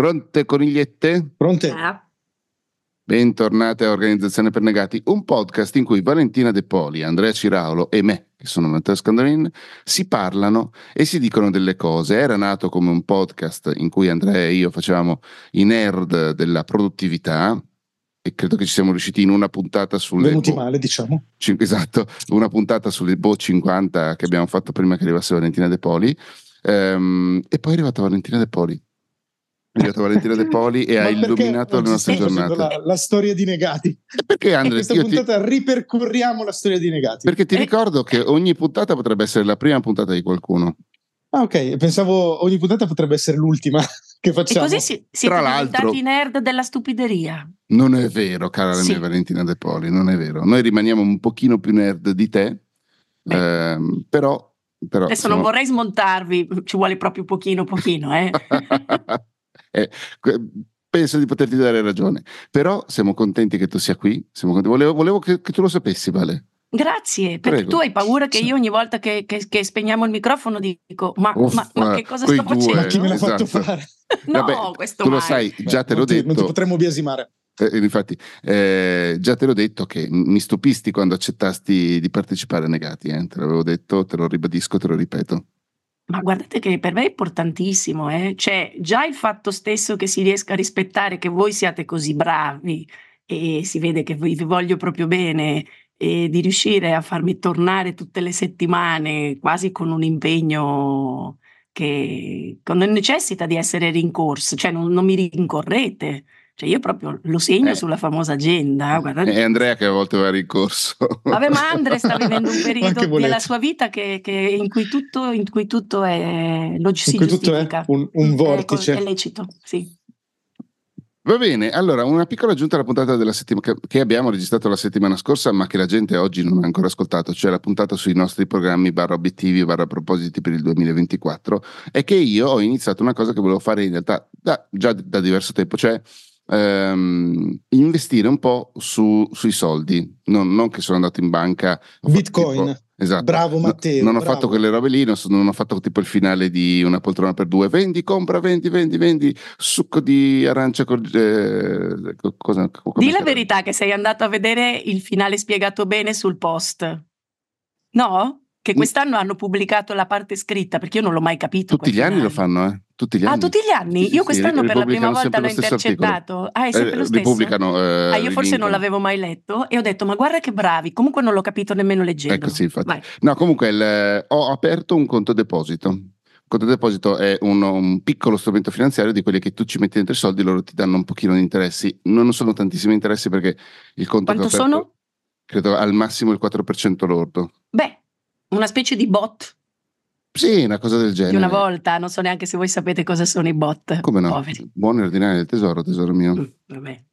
Pronte conigliette? Pronte? Bentornate a Organizzazione per Negati, un podcast in cui Valentina De Poli, Andrea Ciraulo e me, che sono Matteo Scandolin, si parlano e si dicono delle cose. Era nato come un podcast in cui Andrea e io facevamo i nerd della produttività e credo che ci siamo riusciti in una puntata sulle... Venuti male, diciamo. Esatto, una puntata sulle 50 che abbiamo fatto prima che arrivasse Valentina De Poli. E poi è arrivata Valentina De Poli. È arrivata Valentina De Poli e ha illuminato le nostre giornate. La storia di Negati. Perché Andrea, in questa puntata ripercorriamo la storia di Negati. Perché ti ricordo che ogni puntata potrebbe essere la prima puntata di qualcuno. Ah, ok, pensavo ogni puntata potrebbe essere l'ultima che facciamo. E così siete diventati nerd della stupideria. Non è vero, cara la mia Valentina De Poli, non è vero. Noi rimaniamo un pochino più nerd di te, però adesso non vorrei smontarvi, ci vuole proprio pochino, penso di poterti dare ragione, però siamo contenti che tu sia qui. Volevo che tu lo sapessi, Vale. Grazie, perché tu hai paura che io ogni volta che spegniamo il microfono dico ma che cosa sto facendo? Ma chi me l'ha fatto fare? No, vabbè, questo tu mai. Lo sai, già te l'ho detto. Non ti potremmo biasimare. Infatti, già te l'ho detto che mi stupisti quando accettasti di partecipare a Negati, te l'avevo detto, te lo ribadisco, te lo ripeto. Ma guardate che per me è importantissimo, cioè già il fatto stesso che si riesca a rispettare che voi siate così bravi e si vede che vi voglio proprio bene e di riuscire a farmi tornare tutte le settimane quasi con un impegno che non necessita di essere rincorso, cioè non mi rincorrete. Cioè io proprio lo segno sulla famosa agenda. È Andrea che a volte va a ricorso. Vabbè, ma Andrea sta vivendo un periodo della sua vita in cui tutto è si giustifica. Tutto è un vortice. È lecito, sì. Va bene, allora una piccola aggiunta alla puntata della settimana che abbiamo registrato la settimana scorsa, ma che la gente oggi non ha ancora ascoltato, cioè la puntata sui nostri programmi /obiettivi /propositi per il 2024, è che io ho iniziato una cosa che volevo fare in realtà già da diverso tempo, cioè investire un po' sui soldi, non che sono andato in banca, Bitcoin. Esatto. Bravo Matteo. Non ho fatto quelle robe lì, non ho fatto tipo il finale di Una poltrona per due, compra, vendi, succo di arancia Di la verità che sei andato a vedere il finale spiegato bene sul post, no? Che quest'anno hanno pubblicato la parte scritta, perché io non l'ho mai capito. Tutti gli anni lo fanno, tutti gli anni. Ah, tutti gli anni? Sì, io quest'anno per la prima volta l'ho intercettato. È sempre lo stesso? Ripubblicano. Io forse non l'avevo mai letto e ho detto, ma guarda che bravi, comunque non l'ho capito nemmeno leggendo. Ecco, sì, infatti. Vai. No, comunque ho aperto un conto deposito. Il conto deposito è un piccolo strumento finanziario di quelli che tu ci metti dentro i soldi, loro ti danno un pochino di interessi. Non sono tantissimi interessi perché il conto Quanto che ho aperto, sono? credo al massimo il 4% lordo. Beh, una specie di bot. Sì, una cosa del genere. Di una volta, non so neanche se voi sapete cosa sono i bot. Come no? Poveri. Buoni e ordinari del tesoro mio. Vabbè.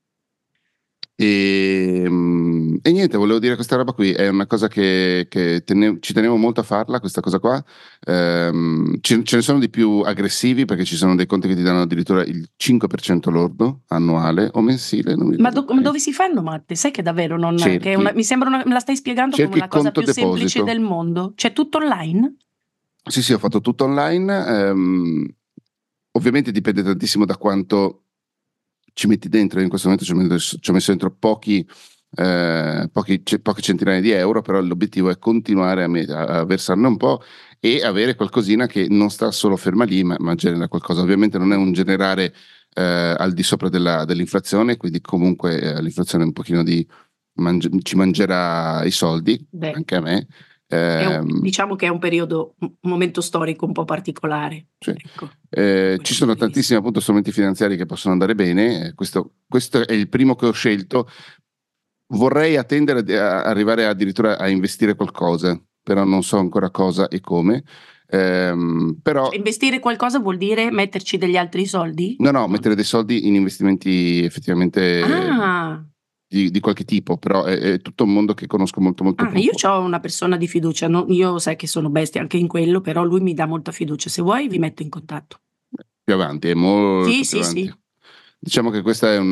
E niente, volevo dire questa roba qui, è una cosa che ci tenevo molto a farla, questa cosa qua. Ce ne sono di più aggressivi perché ci sono dei conti che ti danno addirittura il 5% lordo annuale o mensile. Ma dove si fanno, Matte? Sai che davvero non mi sembra me la stai spiegando come la cosa più semplice del mondo. C'è tutto online? Sì, ho fatto tutto online. Ovviamente dipende tantissimo da quanto ci metti dentro. In questo momento ci ho messo dentro poche centinaia di euro, però l'obiettivo è continuare a versarne un po' e avere qualcosina che non sta solo ferma lì, ma genera qualcosa. Ovviamente non è un generare al di sopra dell'inflazione, quindi comunque l'inflazione un pochino ci mangerà i soldi. Beh, anche a me. Diciamo che è un momento storico un po' particolare. Sì. Ecco, ci sono tantissimi appunto strumenti finanziari che possono andare bene. Questo è il primo che ho scelto. Vorrei attendere a arrivare addirittura a investire qualcosa, però non so ancora cosa e come. Però investire qualcosa vuol dire metterci degli altri soldi? No, mettere dei soldi in investimenti effettivamente di qualche tipo, però è tutto un mondo che conosco molto molto poco. Io ho una persona di fiducia, io sai che sono bestia anche in quello, però lui mi dà molta fiducia. Se vuoi vi metto in contatto. Più avanti, è molto più avanti. Sì. Diciamo che questa è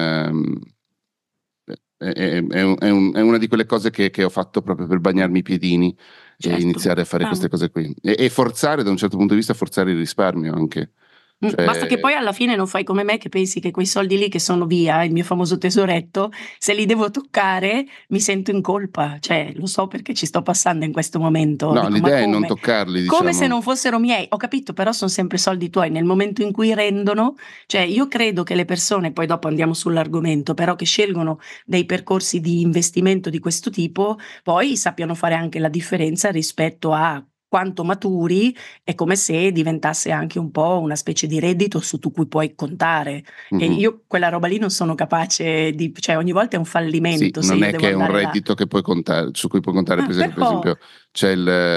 una di quelle cose che ho fatto proprio per bagnarmi i piedini. Certo. E iniziare a fare queste cose qui e forzare, da un certo punto di vista, forzare il risparmio anche, Basta che Cioè, poi alla fine non fai come me, che pensi che quei soldi lì che sono via, il mio famoso tesoretto, se li devo toccare mi sento in colpa, cioè lo so perché ci sto passando in questo momento, no, dico ma l'idea è non come? toccarli, Come se diciamo. non fossero miei, ho capito, però sono sempre soldi tuoi, nel momento in cui rendono, cioè io credo che le persone, poi dopo andiamo sull'argomento, però che scelgono dei percorsi di investimento di questo tipo, poi sappiano fare anche la differenza rispetto a quanto maturi, è come se diventasse anche un po' una specie di reddito su tu cui puoi contare. E Mhm. io quella roba lì non sono capace di, cioè ogni volta è un Sì, fallimento se non io è devo che è un andare là. reddito che puoi contare, su cui puoi contare, per Però, esempio c'è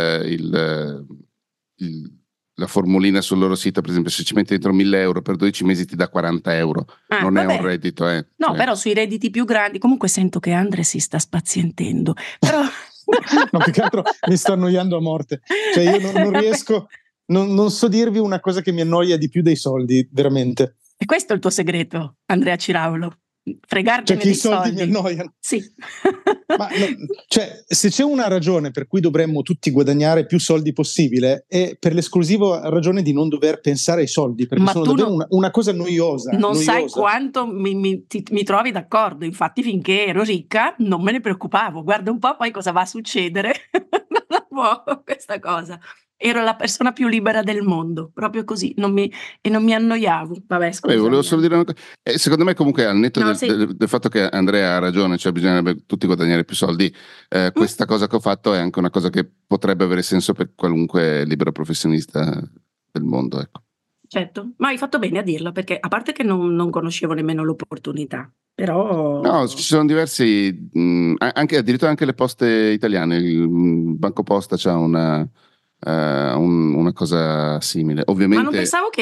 la formulina sul loro sito, per esempio, se ci metti dentro 1.000 euro per 12 mesi ti dà 40 euro, non è un vabbè, reddito, no, cioè. però sui redditi più grandi, comunque sento che Andre si sta spazientendo, però... No, più che altro mi sto annoiando a morte. Cioè io non riesco, non so dirvi una cosa che mi annoia di più dei soldi, veramente. E questo è il tuo segreto, Andrea Ciraulo, Cioè fregartene che i dei soldi mi soldi. annoiano. Sì. Ma no, cioè, se c'è una ragione per cui dovremmo tutti guadagnare più soldi possibile, è per l'esclusiva ragione di non dover pensare ai soldi, perché Ma sono tu davvero una cosa noiosa, non sai noiosa. quanto mi trovi d'accordo, infatti finché ero ricca non me ne preoccupavo, guarda un po' poi cosa va a succedere, non la può questa cosa. Ero la persona più libera del mondo, proprio così, e non mi annoiavo. Vabbè, Vabbè, volevo scusami. solo dire una cosa. Secondo me, comunque, al netto No, del, sì. del fatto che Andrea ha ragione, cioè bisognerebbe tutti guadagnare più soldi, Mm, questa cosa che ho fatto è anche una cosa che potrebbe avere senso per qualunque libero professionista del mondo, ecco. certo, ma hai fatto bene a dirlo, perché a parte che non conoscevo nemmeno l'opportunità, No, ci però... sono diversi, anche, addirittura anche le poste italiane, il Banco Posta c'ha una cosa simile. Ma non Ovviamente, pensavo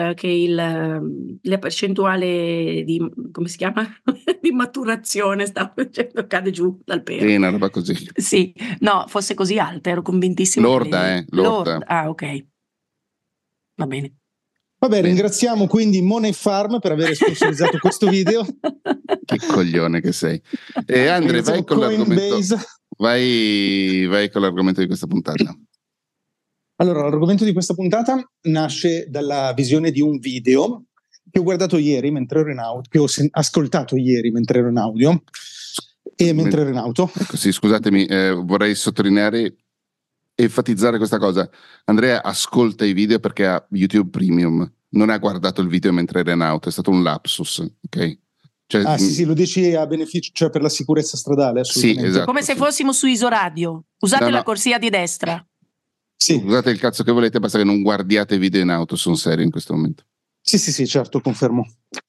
la percentuale di, come si chiama? Di maturazione, stavo dicendo, cade giù dal sì, pero. una roba così. Sì, no, fosse così alta, ero convintissima che Lorda, le... lorda. Lord, ah, ok, va bene. Vabbè, Bene. ringraziamo quindi Money Farm per aver sponsorizzato questo video. Che coglione che sei. E Andre, Ringraziamo Coinbase. vai con l'argomento di questa puntata. Allora, l'argomento di questa puntata nasce dalla visione di un video che ho guardato ieri mentre ero in auto, che ho ascoltato ieri mentre ero in audio e mentre ero in auto. Ecco, sì, scusatemi, vorrei sottolineare, enfatizzare questa cosa. Andrea ascolta i video perché ha YouTube Premium, non ha guardato il video mentre era in auto, è stato un lapsus, ok? Cioè, Ah, sì, lo dici a beneficio, cioè per la sicurezza stradale, sì, assolutamente. Come esatto, se sì. fossimo su Isoradio. No, Usate la no, corsia di destra. Sì, usate il cazzo che volete, basta che non guardiate video in auto, sono serio in questo momento. sì, certo, confermo.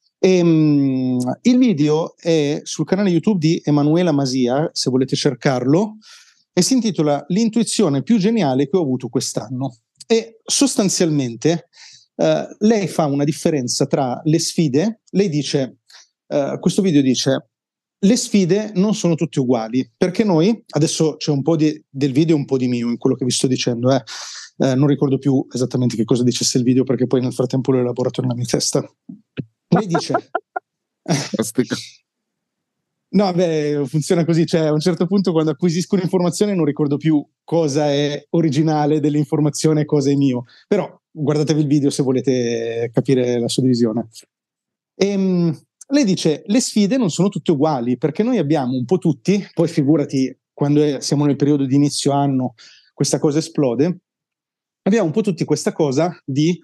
Il video è sul canale YouTube di Emanuela Masia, se volete cercarlo, e si intitola L'intuizione più geniale che ho avuto quest'anno. E sostanzialmente lei fa una differenza tra le sfide. Lei dice, questo video dice, le sfide non sono tutte uguali, perché noi, adesso c'è un po' del video e un po' di mio in quello che vi sto dicendo, non ricordo più esattamente che cosa dicesse il video perché poi nel frattempo l'ho elaborato nella mia testa. Lei dice... Fantastico. No, beh, funziona così, cioè a un certo punto quando acquisisco un'informazione non ricordo più cosa è originale dell'informazione e cosa è mio, però guardatevi il video se volete capire la suddivisione. Lei dice, le sfide non sono tutte uguali, perché noi abbiamo un po' tutti, poi figurati quando siamo nel periodo di inizio anno, questa cosa esplode, abbiamo un po' tutti questa cosa di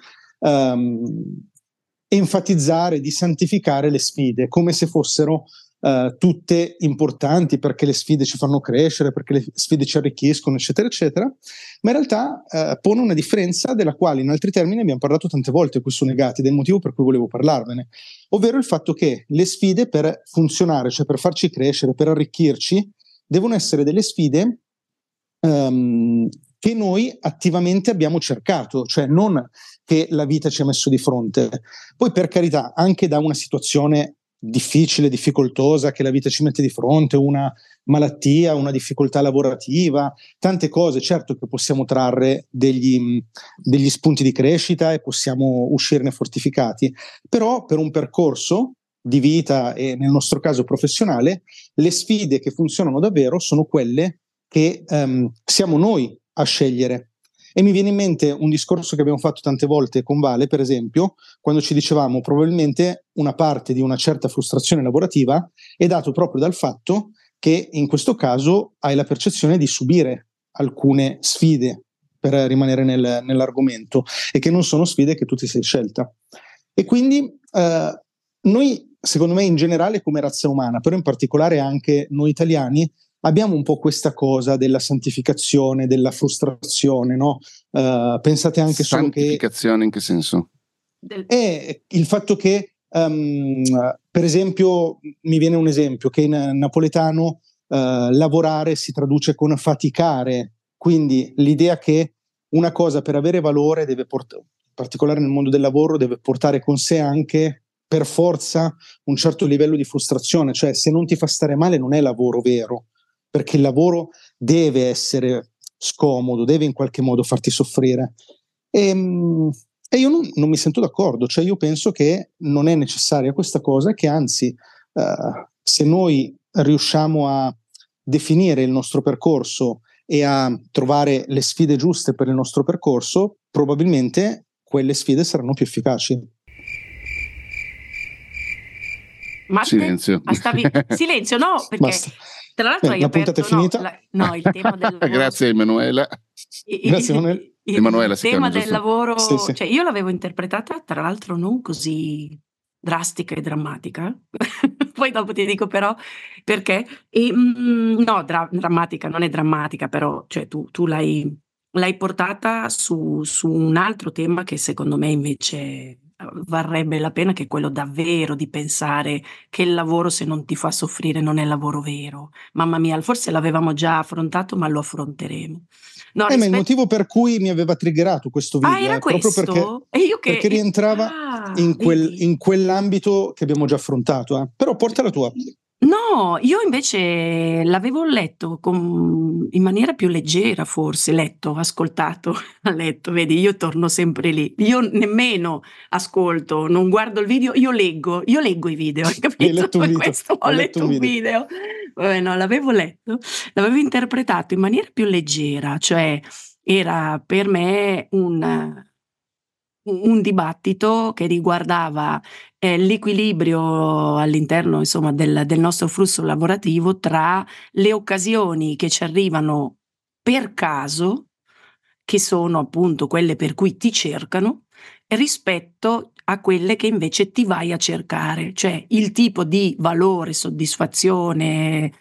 enfatizzare, di santificare le sfide, come se fossero tutte importanti perché le sfide ci fanno crescere, perché le sfide ci arricchiscono, eccetera, eccetera, ma in realtà pone una differenza della quale in altri termini abbiamo parlato tante volte qui su Negati, ed è il motivo per cui volevo parlarvene, ovvero il fatto che le sfide per funzionare, cioè per farci crescere, per arricchirci, devono essere delle sfide che noi attivamente abbiamo cercato, cioè non che la vita ci ha messo di fronte. Poi per carità, anche da una situazione difficile, difficoltosa che la vita ci mette di fronte, una malattia, una difficoltà lavorativa, tante cose, certo che possiamo trarre degli spunti di crescita e possiamo uscirne fortificati, però per un percorso di vita e nel nostro caso professionale, le sfide che funzionano davvero sono quelle che siamo noi a scegliere. E mi viene in mente un discorso che abbiamo fatto tante volte con Vale, per esempio, quando ci dicevamo probabilmente una parte di una certa frustrazione lavorativa è dato proprio dal fatto che in questo caso hai la percezione di subire alcune sfide per rimanere nell'argomento, e che non sono sfide che tu ti sei scelta. E quindi noi, secondo me, in generale come razza umana, però in particolare anche noi italiani, abbiamo un po' questa cosa della santificazione, della frustrazione, no? Pensate anche solo che... Santificazione in che senso? È il fatto che, per esempio, mi viene un esempio, che in napoletano lavorare si traduce con faticare, quindi l'idea che una cosa per avere valore deve portare, in particolare nel mondo del lavoro, deve portare con sé anche per forza un certo livello di frustrazione, cioè se non ti fa stare male non è lavoro vero, perché il lavoro deve essere scomodo, deve in qualche modo farti soffrire. E io non mi sento d'accordo, cioè io penso che non è necessaria questa cosa, che anzi se noi riusciamo a definire il nostro percorso e a trovare le sfide giuste per il nostro percorso, probabilmente quelle sfide saranno più efficaci. Matte? Silenzio. Silenzio, no, perché Basta. tra l'altro hai La puntata aperto è finita. no, il tema del lavoro. Grazie Emanuela. Grazie, Emanuele. Emanuela Il si chiama, tema del giusto? lavoro, Sì. cioè io l'avevo interpretata tra l'altro non così drastica e drammatica, poi dopo ti dico però perché. No, drammatica, non è drammatica, però cioè tu l'hai portata su un altro tema che secondo me invece varrebbe la pena, che è quello davvero di pensare che il lavoro, se non ti fa soffrire, non è lavoro vero. Mamma mia, forse l'avevamo già affrontato, ma lo affronteremo. No, Ma il motivo per cui mi aveva triggerato questo video era è proprio questo? E io perché rientrava vedi? in quell'ambito che abbiamo già affrontato. Però porta la tua. No, io invece l'avevo letto in maniera più leggera, forse, ascoltato, letto, vedi, io torno sempre lì. Io nemmeno ascolto, non guardo il video, io leggo i video, hai capito? Hai letto un Per video. questo ho letto un video. Vabbè, no, l'avevo letto, l'avevo interpretato in maniera più leggera, cioè era per me un dibattito che riguardava l'equilibrio all'interno, insomma, del nostro flusso lavorativo tra le occasioni che ci arrivano per caso, che sono appunto quelle per cui ti cercano, rispetto a quelle che invece ti vai a cercare, cioè il tipo di valore, soddisfazione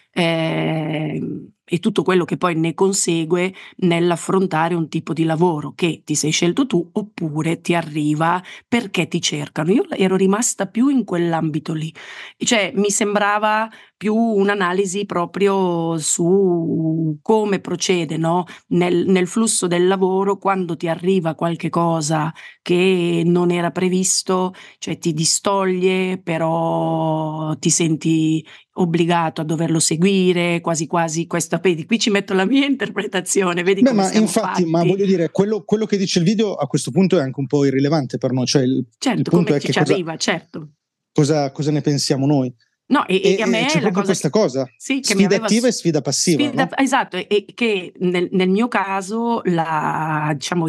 e tutto quello che poi ne consegue nell'affrontare un tipo di lavoro che ti sei scelto tu oppure ti arriva perché ti cercano. Io ero rimasta più in quell'ambito lì, cioè mi sembrava più un'analisi proprio su come procede, no? Nel flusso del lavoro, quando ti arriva qualche cosa che non era previsto, cioè ti distoglie, però ti senti obbligato a doverlo seguire, quasi quasi questa, vedi, qui ci metto la mia interpretazione, vedi come ma siamo infatti, fatti. ma voglio dire, quello che dice il video a questo punto è anche un po' irrilevante per noi, cioè il Certo, punto come è che ci arriva, certo. cosa ne pensiamo noi. No, e a me c'è la proprio cosa questa cosa, sì, che mi sfida aveva attiva e sfida passiva, no? esatto, e che nel mio caso diciamo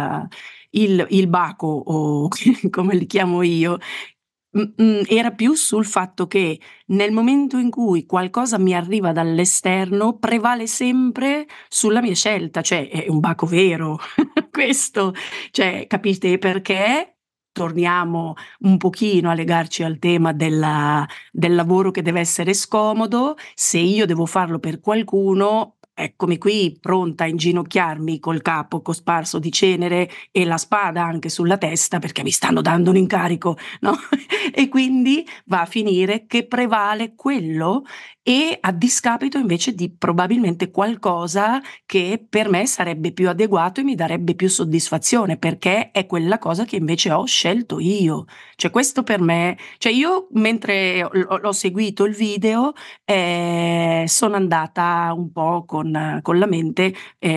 il baco, o come li chiamo io, era più sul fatto che nel momento in cui qualcosa mi arriva dall'esterno prevale sempre sulla mia scelta, cioè è un baco vero questo, cioè capite perché? Torniamo un pochino a legarci al tema del lavoro che deve essere scomodo. Se io devo farlo per qualcuno, eccomi qui pronta a inginocchiarmi col capo cosparso di cenere e la spada anche sulla testa, perché mi stanno dando un incarico, no? E quindi va a finire che prevale quello, e a discapito invece di probabilmente qualcosa che per me sarebbe più adeguato e mi darebbe più soddisfazione, perché è quella cosa che invece ho scelto io. Cioè questo per me, cioè io mentre l'ho seguito il video sono andata un po' con la mente,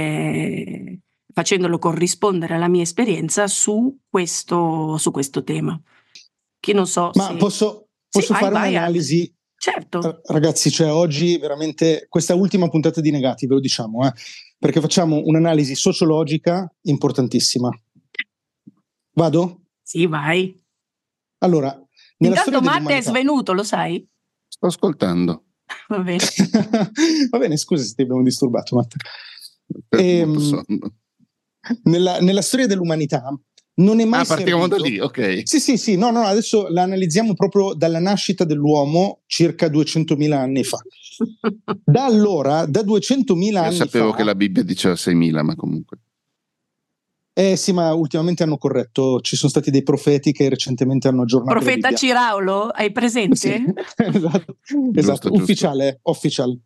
facendolo corrispondere alla mia esperienza su questo tema. Che non so Ma se... posso fare un'analisi? Certo. Ragazzi, cioè oggi veramente questa ultima puntata di Negati, ve lo diciamo, perché facciamo un'analisi sociologica importantissima. Vado? Sì, vai. Allora, nella Intanto storia Matte è dell'umanità... svenuto, lo sai? Sto ascoltando. Va bene. Va bene, scusa se ti abbiamo disturbato, Matte. Molto sonno. Nella storia dell'umanità non è mai partiamo servito... da lì, ok. Sì, no, adesso la analizziamo proprio dalla nascita dell'uomo circa 200.000 anni fa. Da allora, da 200.000 anni fa... Io sapevo che la Bibbia diceva 6.000, ma comunque... sì, ma ultimamente hanno corretto, ci sono stati dei profeti che recentemente hanno aggiornato Profeta la Bibbia. Ciraulo, hai presente? Sì, esatto, Giusto. ufficiale, official.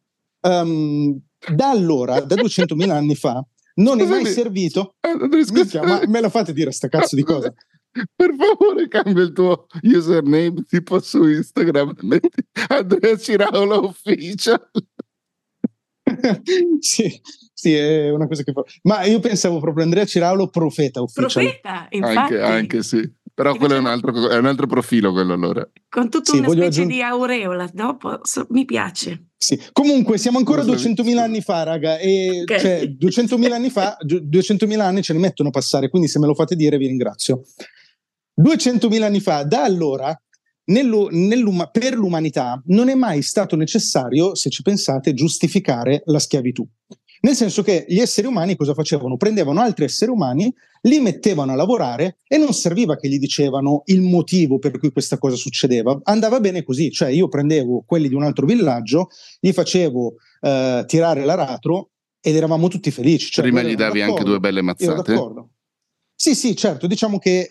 Da allora, da 200.000 anni fa, non è mai servito... Minchia, ma me la fate dire sta cazzo di cosa? Per favore cambia il tuo username tipo su Instagram, metti Andrea Ciraulo Official. sì, è una cosa che fa. Ma io pensavo proprio Andrea Ciraulo Profeta Official. Profeta, infatti. Anche sì. Però quello è un altro profilo, quello allora. Con tutta una specie di aureola, dopo mi piace. Sì. Comunque siamo ancora 200.000 anni fa, raga, e Okay. cioè 200.000 anni fa, 200.000 anni ce ne mettono a passare, quindi se me lo fate dire vi ringrazio. 200.000 anni fa, da allora, per l'umanità non è mai stato necessario, se ci pensate, giustificare la schiavitù. Nel senso che gli esseri umani cosa facevano? Prendevano altri esseri umani, li mettevano a lavorare e non serviva che gli dicevano il motivo per cui questa cosa succedeva. Andava bene così, cioè io prendevo quelli di un altro villaggio, gli facevo tirare l'aratro ed eravamo tutti felici. Cioè, prima gli davi anche 2 belle mazzate? Ero d'accordo. Sì, certo, diciamo che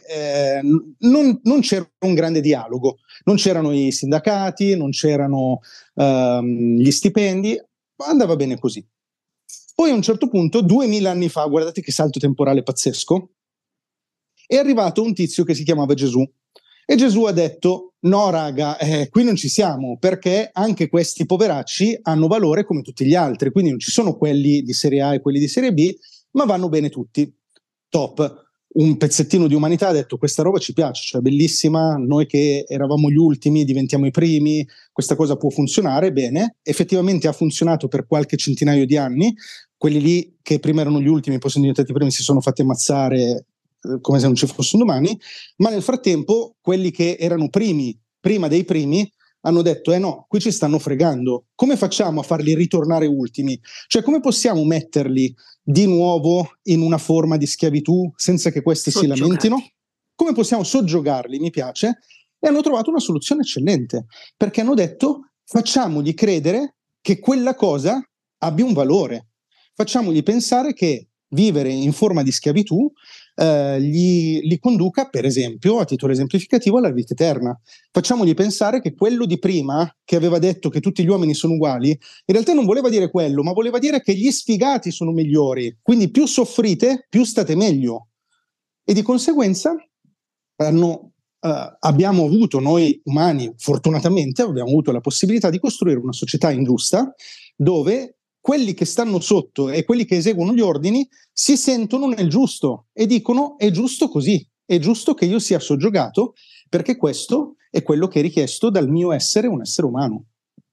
non c'era un grande dialogo, non c'erano i sindacati, non c'erano gli stipendi, andava bene così. Poi a un certo punto, 2000 anni fa, guardate che salto temporale pazzesco, è arrivato un tizio che si chiamava Gesù e Gesù ha detto no raga, qui non ci siamo perché anche questi poveracci hanno valore come tutti gli altri, quindi non ci sono quelli di serie A e quelli di serie B, ma vanno bene tutti. Top. Un pezzettino di umanità ha detto questa roba ci piace, cioè bellissima, noi che eravamo gli ultimi diventiamo i primi, questa cosa può funzionare bene. Effettivamente ha funzionato per qualche centinaio di anni, quelli lì che prima erano gli ultimi poi sono diventati i primi si sono fatti ammazzare come se non ci fosse un domani, ma nel frattempo quelli che erano prima dei primi hanno detto no, qui ci stanno fregando, come facciamo a farli ritornare ultimi? Cioè come possiamo metterli di nuovo in una forma di schiavitù senza che questi si lamentino? Come possiamo soggiogarli? Mi piace. E hanno trovato una soluzione eccellente, perché hanno detto facciamogli credere che quella cosa abbia un valore, facciamogli pensare che vivere in forma di schiavitù li conduca, per esempio, a titolo esemplificativo, alla vita eterna. Facciamogli pensare che quello di prima, che aveva detto che tutti gli uomini sono uguali, in realtà non voleva dire quello, ma voleva dire che gli sfigati sono migliori, quindi più soffrite, più state meglio. E di conseguenza abbiamo avuto, noi umani, fortunatamente, abbiamo avuto la possibilità di costruire una società ingiusta, dove quelli che stanno sotto e quelli che eseguono gli ordini si sentono nel giusto e dicono è giusto così, è giusto che io sia soggiogato perché questo è quello che è richiesto dal mio essere un essere umano.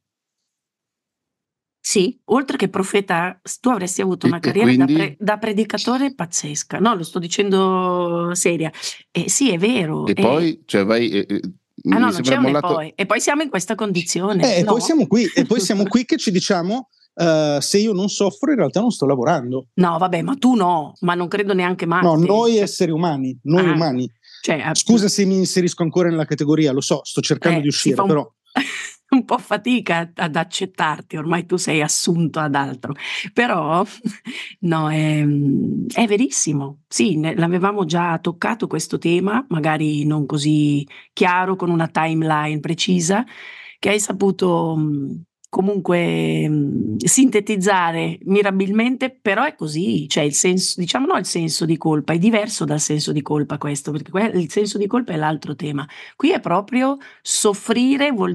Sì, oltre che profeta, tu avresti avuto una carriera quindi... da predicatore pazzesca. No, lo sto dicendo seria. Sì, è vero. E poi, cioè vai... no, non c'è un poi. E poi siamo in questa condizione. E poi siamo qui che ci diciamo se io non soffro in realtà non sto lavorando. No, vabbè, ma tu no, ma non credo neanche Marte. No, noi esseri umani, umani. Cioè, scusa se mi inserisco ancora nella categoria, lo so, sto cercando di uscire, però... un po' fatica ad accettarti, ormai tu sei assunto ad altro, però no, è verissimo. Sì, l'avevamo già toccato questo tema, magari non così chiaro, con una timeline precisa, che hai saputo comunque sintetizzare mirabilmente, però è così, cioè il senso, diciamo no, il senso di colpa è diverso dal senso di colpa questo, perché il senso di colpa è l'altro tema. Qui è proprio soffrire vuol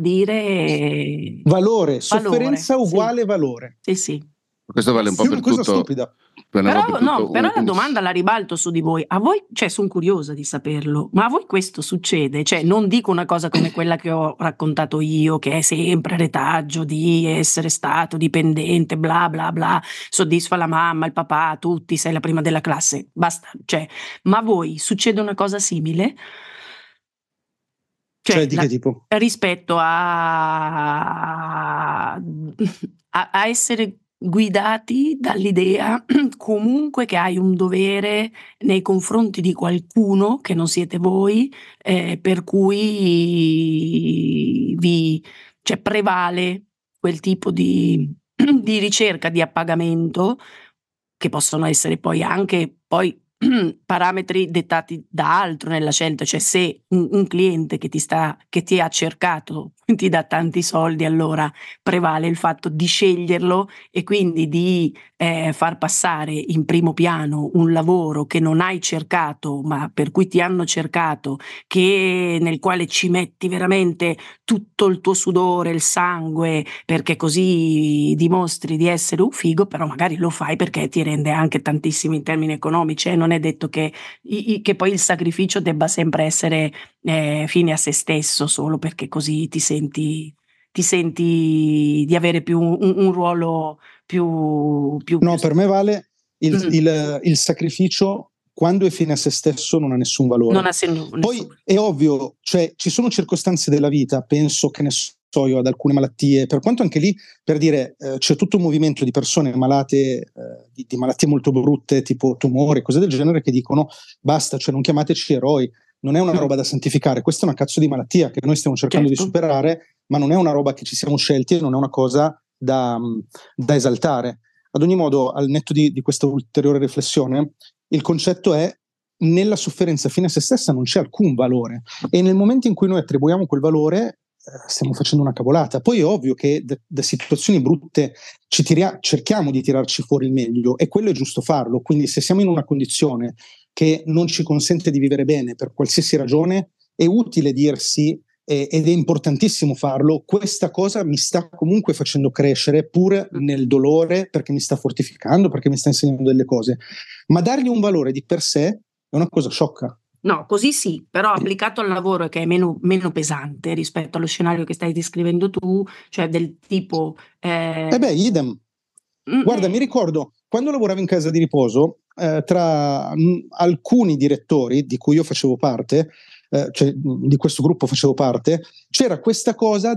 dire sofferenza uguale sì. valore. Questo vale un po' per tutto, Però, no, però la domanda la ribalto su di voi. A voi, cioè, sono curiosa di saperlo, ma a voi questo succede? Cioè, non dico una cosa come quella che ho raccontato io, che è sempre retaggio di essere stato dipendente, bla bla bla, soddisfa la mamma, il papà, tutti, sei la prima della classe, basta. Cioè, ma a voi succede una cosa simile? Cioè, di che tipo? Rispetto a essere guidati dall'idea comunque che hai un dovere nei confronti di qualcuno che non siete voi, per cui cioè prevale quel tipo di di ricerca di appagamento, che possono essere poi anche parametri dettati da altro nella scelta, cioè se un cliente che ti ha cercato ti dà tanti soldi, allora prevale il fatto di sceglierlo e quindi di far passare in primo piano un lavoro che non hai cercato, ma per cui ti hanno cercato, nel quale ci metti veramente tutto il tuo sudore, il sangue, perché così dimostri di essere un figo, però magari lo fai perché ti rende anche tantissimo in termini economici, non è detto che che poi il sacrificio debba sempre essere fine a se stesso, solo perché così ti senti di avere più un ruolo più No, per me vale il sacrificio quando è fine a se stesso, non ha nessun valore. non ha Poi è ovvio, cioè ci sono circostanze della vita, penso che ne so io, ad alcune malattie, per quanto anche lì, per dire, c'è tutto un movimento di persone malate di malattie molto brutte, tipo tumori, cose del genere, che dicono basta, cioè non chiamateci eroi, non è una roba da santificare, questa è una cazzo di malattia che noi stiamo cercando di superare, ma non è una roba che ci siamo scelti e non è una cosa da esaltare. Ad ogni modo, al netto di questa ulteriore riflessione, il concetto è: nella sofferenza fine a se stessa non c'è alcun valore, e nel momento in cui noi attribuiamo quel valore stiamo facendo una cavolata. Poi è ovvio che da situazioni brutte cerchiamo di tirarci fuori il meglio, e quello è giusto farlo. Quindi se siamo in una condizione che non ci consente di vivere bene per qualsiasi ragione, è utile dirsi, ed è importantissimo farlo, questa cosa mi sta comunque facendo crescere pur nel dolore, perché mi sta fortificando, perché mi sta insegnando delle cose, ma dargli un valore di per sé è una cosa sciocca. No, così sì, però applicato al lavoro, che è meno pesante rispetto allo scenario che stai descrivendo tu, cioè del tipo idem. Guarda, mi ricordo quando lavoravo in casa di riposo, tra alcuni direttori di cui io facevo parte, cioè di questo gruppo facevo parte, c'era questa cosa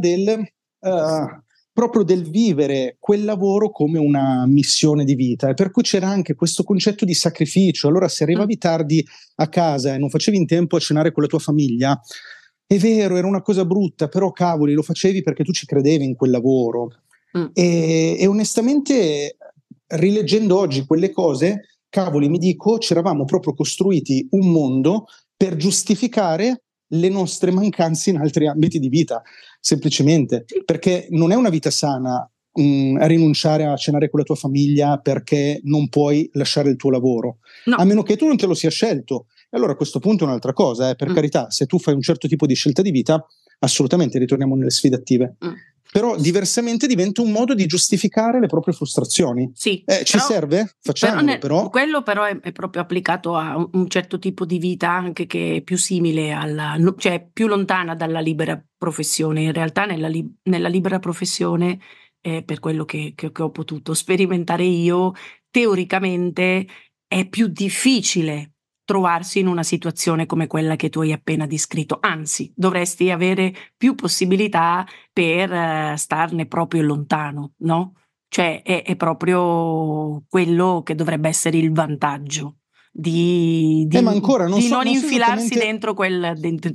proprio del vivere quel lavoro come una missione di vita, e per cui c'era anche questo concetto di sacrificio. Allora, se arrivavi tardi a casa e non facevi in tempo a cenare con la tua famiglia, è vero, era una cosa brutta, però cavoli, lo facevi perché tu ci credevi in quel lavoro. E onestamente, rileggendo oggi quelle cose, cavoli, mi dico, ci eravamo proprio costruiti un mondo per giustificare le nostre mancanze in altri ambiti di vita, semplicemente perché non è una vita sana rinunciare a cenare con la tua famiglia perché non puoi lasciare il tuo lavoro, a meno che tu non te lo sia scelto. E allora a questo punto è un'altra cosa, per carità, se tu fai un certo tipo di scelta di vita, assolutamente ritorniamo nelle sfide attive. Però diversamente diventa un modo di giustificare le proprie frustrazioni. Ci serve? Facciamolo, però. Quello però è proprio applicato a un certo tipo di vita, anche che è più simile cioè più lontana dalla libera professione. In realtà nella libera professione, per quello che ho potuto sperimentare io, teoricamente è più difficile trovarsi in una situazione come quella che tu hai appena descritto, anzi dovresti avere più possibilità per starne proprio lontano, no? Cioè è proprio quello che dovrebbe essere il vantaggio di ma ancora non infilarsi dentro quella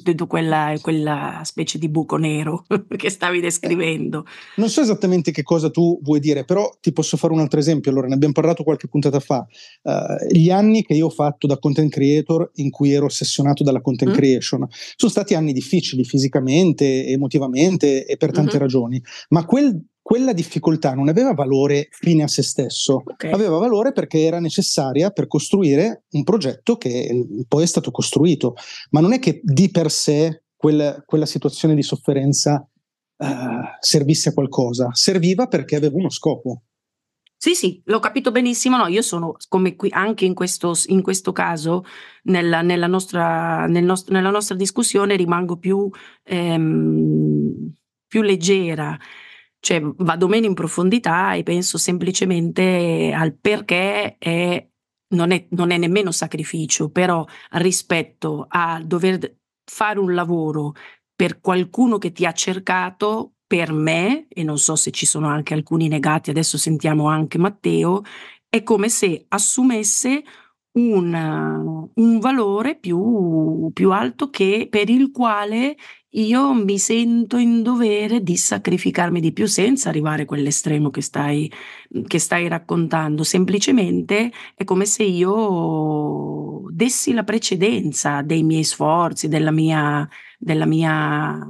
specie di buco nero che stavi descrivendo. Non so esattamente che cosa tu vuoi dire, però ti posso fare un altro esempio. Allora, ne abbiamo parlato qualche puntata fa. Gli anni che io ho fatto da content creator, in cui ero ossessionato dalla content creation, sono stati anni difficili fisicamente, emotivamente e per tante ragioni, ma quella difficoltà non aveva valore fine a se stesso, aveva valore perché era necessaria per costruire un progetto che poi è stato costruito, ma non è che di per sé quella situazione di sofferenza servisse a qualcosa, serviva perché aveva uno scopo. Sì, l'ho capito benissimo. No, io sono come qui anche in questo caso, nella nostra discussione rimango più leggera, cioè vado meno in profondità e penso semplicemente al perché non è nemmeno sacrificio, però rispetto a dover fare un lavoro per qualcuno che ti ha cercato, per me, e non so se ci sono anche alcuni negati, adesso sentiamo anche Matteo, è come se assumesse un valore più alto che per il quale io mi sento in dovere di sacrificarmi di più senza arrivare a quell'estremo che stai raccontando. Semplicemente è come se io dessi la precedenza dei miei sforzi, della mia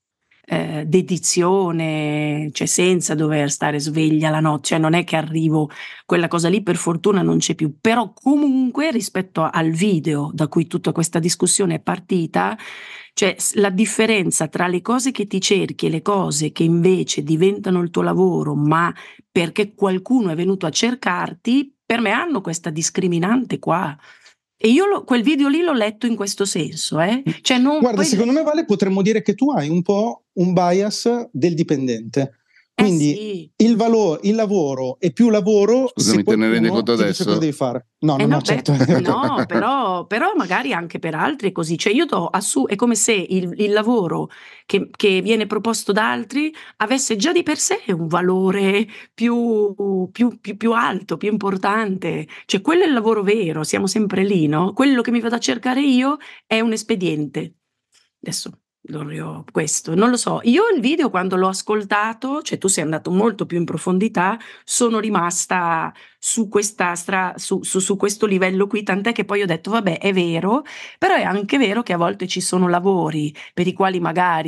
dedizione, cioè senza dover stare sveglia la notte, cioè non è che arrivo, quella cosa lì per fortuna non c'è più, però comunque rispetto al video da cui tutta questa discussione è partita, cioè la differenza tra le cose che ti cerchi e le cose che invece diventano il tuo lavoro, ma perché qualcuno è venuto a cercarti, per me hanno questa discriminante qua. E io quel video lì l'ho letto in questo senso, cioè non, Guarda, poi, secondo me, Vale, potremmo dire che tu hai un po' un bias del dipendente. Quindi sì. il lavoro è più lavoro. Scusami, se te ne rendi qualcuno conto ti dice cosa adesso? devi fare. No, No, certo. no, però magari anche per altri è così, cioè io è come se il lavoro che viene proposto da altri avesse già di per sé un valore più alto, più importante, cioè quello è il lavoro vero, siamo sempre lì, no? Quello che mi vado a cercare io è un espediente. Adesso questo, non lo so. Io il video quando l'ho ascoltato, cioè tu sei andato molto più in profondità, sono rimasta su questo livello qui, tant'è che poi ho detto vabbè è vero, però è anche vero che a volte ci sono lavori per i quali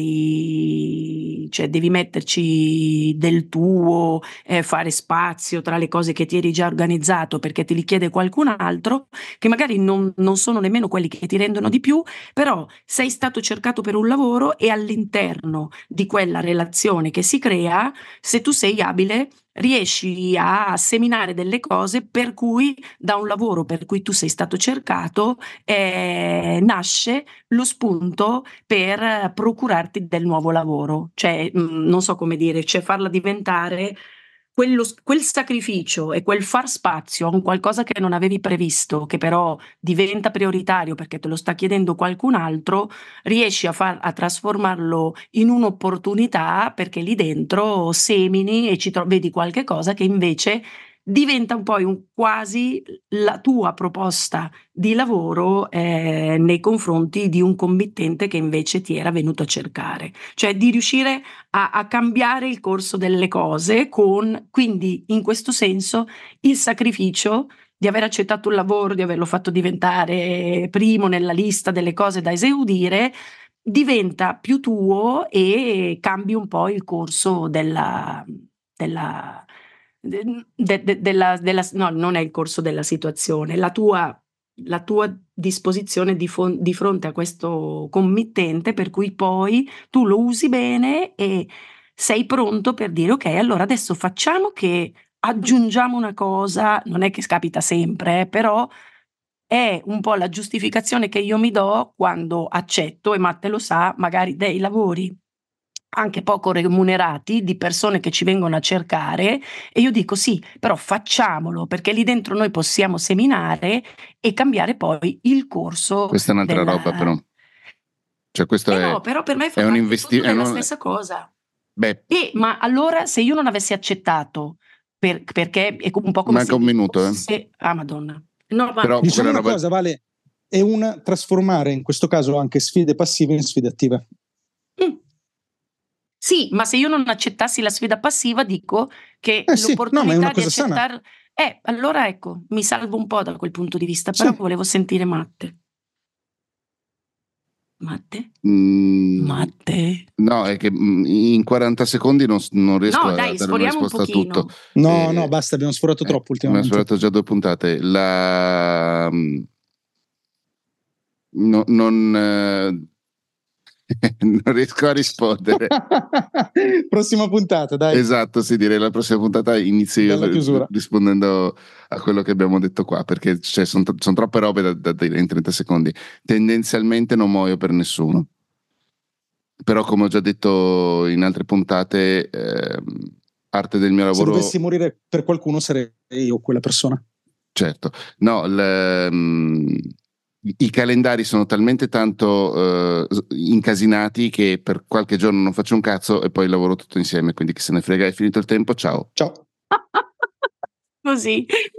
magari cioè, devi metterci del tuo, fare spazio tra le cose che ti eri già organizzato perché te li chiede qualcun altro, che magari non sono nemmeno quelli che ti rendono di più, però sei stato cercato per un lavoro e all'interno di quella relazione che si crea, se tu sei abile, riesci a seminare delle cose per cui da un lavoro per cui tu sei stato cercato nasce lo spunto per procurarti del nuovo lavoro. Cioè, non so come dire, cioè farla diventare quel sacrificio e quel far spazio a un qualcosa che non avevi previsto, che però diventa prioritario perché te lo sta chiedendo qualcun altro, riesci a trasformarlo in un'opportunità perché lì dentro semini e vedi qualche cosa che invece diventa un po' quasi la tua proposta di lavoro nei confronti di un committente che invece ti era venuto a cercare. Cioè di riuscire a cambiare il corso delle cose quindi in questo senso il sacrificio di aver accettato un lavoro, di averlo fatto diventare primo nella lista delle cose da esaudire, diventa più tuo e cambi un po' il corso della no, non è il corso della situazione, la tua disposizione di fronte a questo committente, per cui poi tu lo usi bene e sei pronto per dire ok, allora adesso facciamo che aggiungiamo una cosa, non è che capita sempre, però è un po' la giustificazione che io mi do quando accetto, e Matte lo sa, magari dei lavori anche poco remunerati di persone che ci vengono a cercare e io dico sì, però facciamolo perché lì dentro noi possiamo seminare e cambiare poi il corso Questa è un'altra roba, però. Cioè, questo no, però per me fa è un parte tutto della investimento. stessa cosa. Beh, Ma allora se io non avessi accettato, perché è un po' come manca se un minuto, Madonna. No, ma Però Diciamo quella una roba. cosa, Vale, è trasformare in questo caso anche sfide passive in sfide attive. Sì, ma se io non accettassi la sfida passiva, dico che Sì, no, ma è una l'opportunità di cosa sana. accettare, allora ecco, mi salvo un po' da quel punto di vista, Sì. però volevo sentire Matte. Matte? No, è che in 40 secondi non riesco No, a dai, dare una sforiamo un risposta a tutto. pochino. No, basta, abbiamo sforato troppo Abbiamo ultimamente. sforato già 2 puntate. Non, Non riesco a rispondere. Prossima puntata, dai. Esatto, sì, direi la prossima puntata inizio io rispondendo a quello che abbiamo detto qua, perché sono troppe robe da dire in 30 secondi. Tendenzialmente non muoio per nessuno, però come ho già detto in altre puntate, parte del mio lavoro... Se dovessi morire per qualcuno sarei io quella persona. Certo, no, i calendari sono talmente tanto incasinati che per qualche giorno non faccio un cazzo e poi lavoro tutto insieme, quindi chi se ne frega, è finito il tempo, ciao. Ciao. Così.